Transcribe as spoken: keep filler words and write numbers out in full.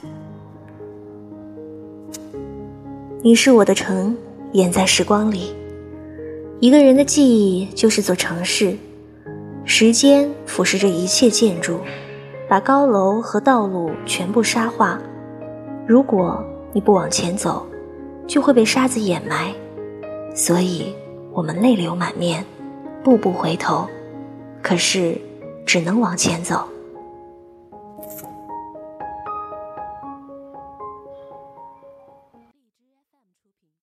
你是我的城，掩在时光里。一个人的记忆就是座城市，时间腐蚀着一切建筑，把高楼和道路全部沙化。如果你不往前走，就会被沙子掩埋。所以我们泪流满面，步步回头，可是只能往前走。